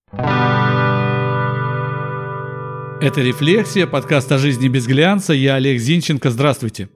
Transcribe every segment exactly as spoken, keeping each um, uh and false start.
Это «Рефлексия», подкаст о жизни без глянца. Я Олег Зинченко. Здравствуйте.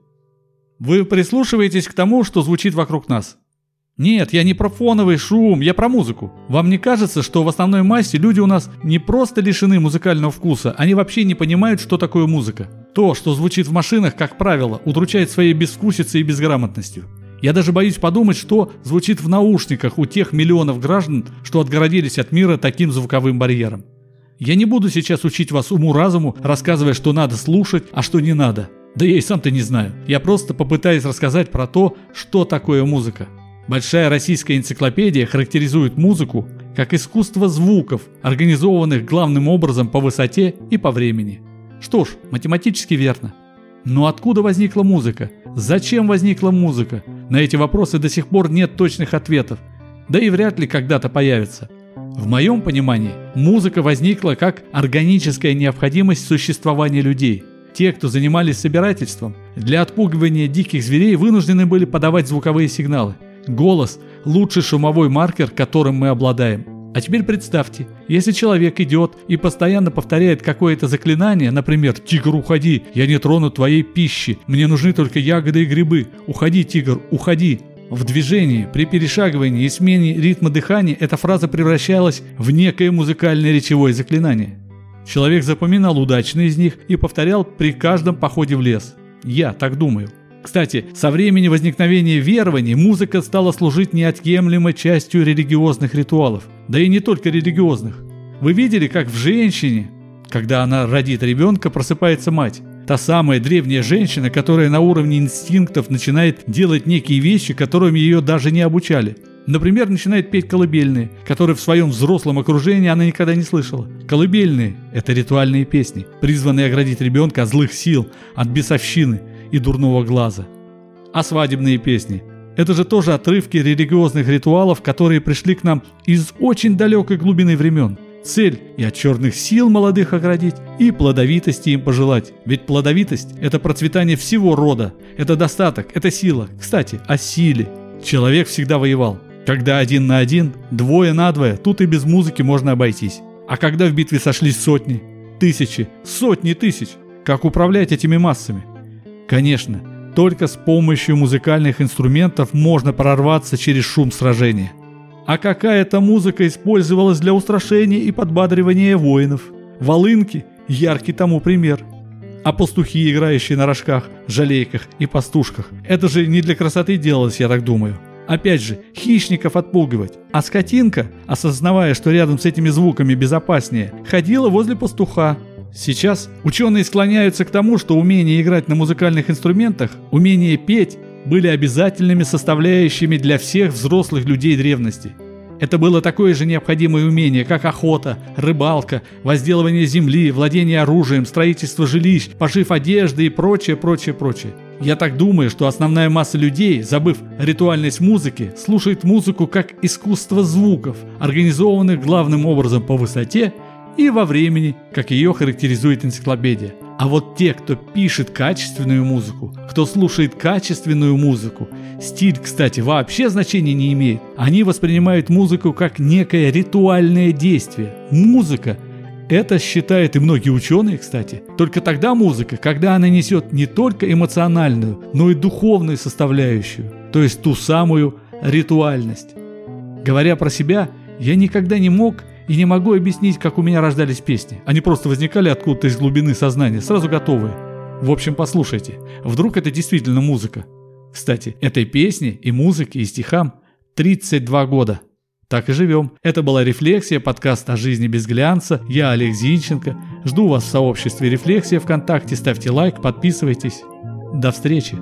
Вы прислушиваетесь к тому, что звучит вокруг нас? Нет, я не про фоновый шум, я про музыку. Вам не кажется, что в основной массе люди у нас не просто лишены музыкального вкуса, они вообще не понимают, что такое музыка? То, что звучит в машинах, как правило, удручает своей безвкусицей и безграмотностью. Я даже боюсь подумать, что звучит в наушниках у тех миллионов граждан, что отгородились от мира таким звуковым барьером. Я не буду сейчас учить вас уму-разуму, рассказывая, что надо слушать, а что не надо. Да я и сам-то не знаю. Я просто попытаюсь рассказать про то, что такое музыка. Большая российская энциклопедия характеризует музыку как искусство звуков, организованных главным образом по высоте и по времени. Что ж, математически верно. Но откуда возникла музыка? Зачем возникла музыка? На эти вопросы до сих пор нет точных ответов, да и вряд ли когда-то появятся. В моем понимании, музыка возникла как органическая необходимость существования людей. Те, кто занимались собирательством, для отпугивания диких зверей вынуждены были подавать звуковые сигналы. Голос – лучший шумовой маркер, которым мы обладаем. А теперь представьте, если человек идет и постоянно повторяет какое-то заклинание, например, «Тигр, уходи, я не трону твоей пищи, мне нужны только ягоды и грибы, уходи, тигр, уходи». В движении, при перешагивании и смене ритма дыхания эта фраза превращалась в некое музыкальное речевое заклинание. Человек запоминал удачные из них и повторял при каждом походе в лес. Я так думаю. Кстати, со времени возникновения верований музыка стала служить неотъемлемой частью религиозных ритуалов, да и не только религиозных. Вы видели, как в женщине, когда она родит ребенка, просыпается мать? Та самая древняя женщина, которая на уровне инстинктов начинает делать некие вещи, которыми ее даже не обучали. Например, начинает петь колыбельные, которые в своем взрослом окружении она никогда не слышала. Колыбельные – это ритуальные песни, призванные оградить ребенка от злых сил, от бесовщины и дурного глаза. А свадебные песни – это же тоже отрывки религиозных ритуалов, которые пришли к нам из очень далекой глубины времен. Цель – и от черных сил молодых оградить, и плодовитости им пожелать. Ведь плодовитость – это процветание всего рода, это достаток, это сила. Кстати, о силе. Человек всегда воевал. Когда один на один, двое на двое, тут и без музыки можно обойтись. А когда в битве сошлись сотни, тысячи, сотни тысяч, как управлять этими массами? Конечно, только с помощью музыкальных инструментов можно прорваться через шум сражения. А какая-то музыка использовалась для устрашения и подбадривания воинов. Волынки – яркий тому пример. А пастухи, играющие на рожках, жалейках и пастушках – это же не для красоты делалось, я так думаю. Опять же, хищников отпугивать. А скотинка, осознавая, что рядом с этими звуками безопаснее, ходила возле пастуха. Сейчас ученые склоняются к тому, что умение играть на музыкальных инструментах, умение петь – были обязательными составляющими для всех взрослых людей древности. Это было такое же необходимое умение, как охота, рыбалка, возделывание земли, владение оружием, строительство жилищ, пошив одежды и прочее, прочее, прочее. Я так думаю, что основная масса людей, забыв ритуальность музыки, слушает музыку как искусство звуков, организованных главным образом по высоте и во времени, как ее характеризует энциклопедия. А вот те, кто пишет качественную музыку, кто слушает качественную музыку, стиль, кстати, вообще значения не имеет. Они воспринимают музыку как некое ритуальное действие. Музыка – это считают и многие ученые, кстати. Только тогда музыка, когда она несет не только эмоциональную, но и духовную составляющую, то есть ту самую ритуальность. Говоря про себя, я никогда не мог и не могу объяснить, как у меня рождались песни. Они просто возникали откуда-то из глубины сознания, сразу готовые. В общем, послушайте, вдруг это действительно музыка. Кстати, этой песне и музыке, и стихам тридцать два года. Так и живем. Это была «Рефлексия», подкаст о жизни без глянца. Я Олег Зинченко. Жду вас в сообществе «Рефлексия» ВКонтакте. Ставьте лайк, подписывайтесь. До встречи.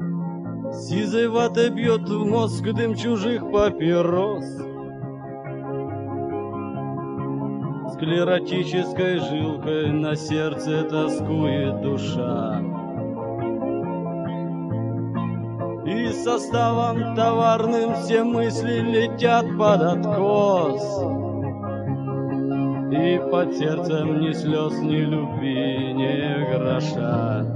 Сизой ватой бьет в мозг дым чужих папирос. Склеротической жилкой на сердце тоскует душа. И составом товарным все мысли летят под откос. И под сердцем ни слез, ни любви, ни гроша.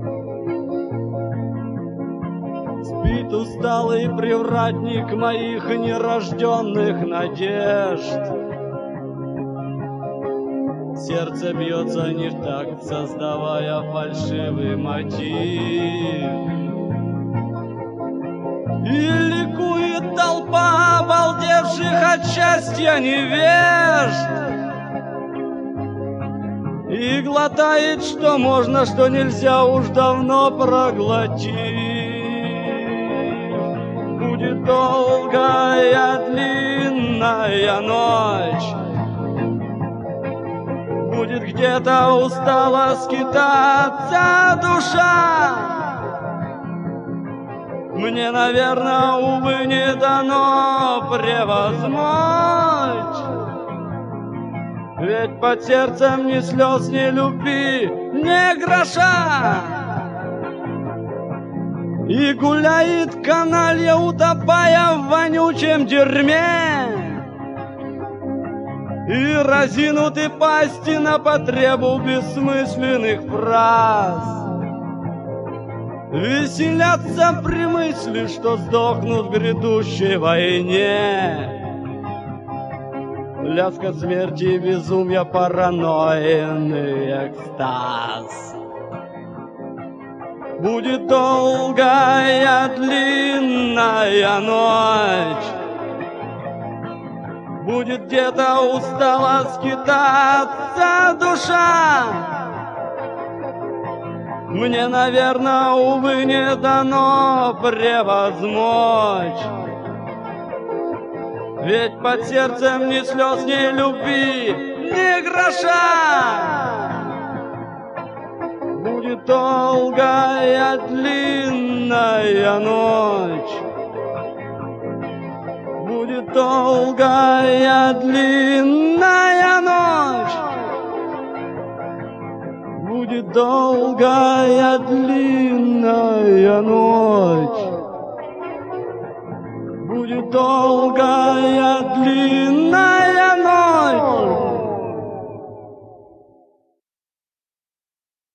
Спит усталый привратник моих нерожденных надежд. Сердце бьется не в такт, создавая фальшивый мотив. И ликует толпа обалдевших от счастья невежд, и глотает, что можно, что нельзя, уж давно проглотив. Будет долгая длинная ночь, будет где-то устала скитаться душа. Мне, наверное, увы, не дано превозмочь, ведь под сердцем ни слез, ни любви, ни гроша. И гуляет каналья, утопая в вонючем дерьме, и разинуты пасти на потребу бессмысленных фраз. Веселятся при мысли, что сдохнут в грядущей войне. Лязга смерти, безумия, паранойный экстаз. Будет долгая длинная ночь, будет где-то устала скитаться душа. Мне, наверное, увы, не дано превозмочь, ведь под сердцем ни слез, ни любви, ни гроша. Будет долгая длинная ночь, будет долгая длинная ночь, будет долгая длинная ночь, будет долгая длинная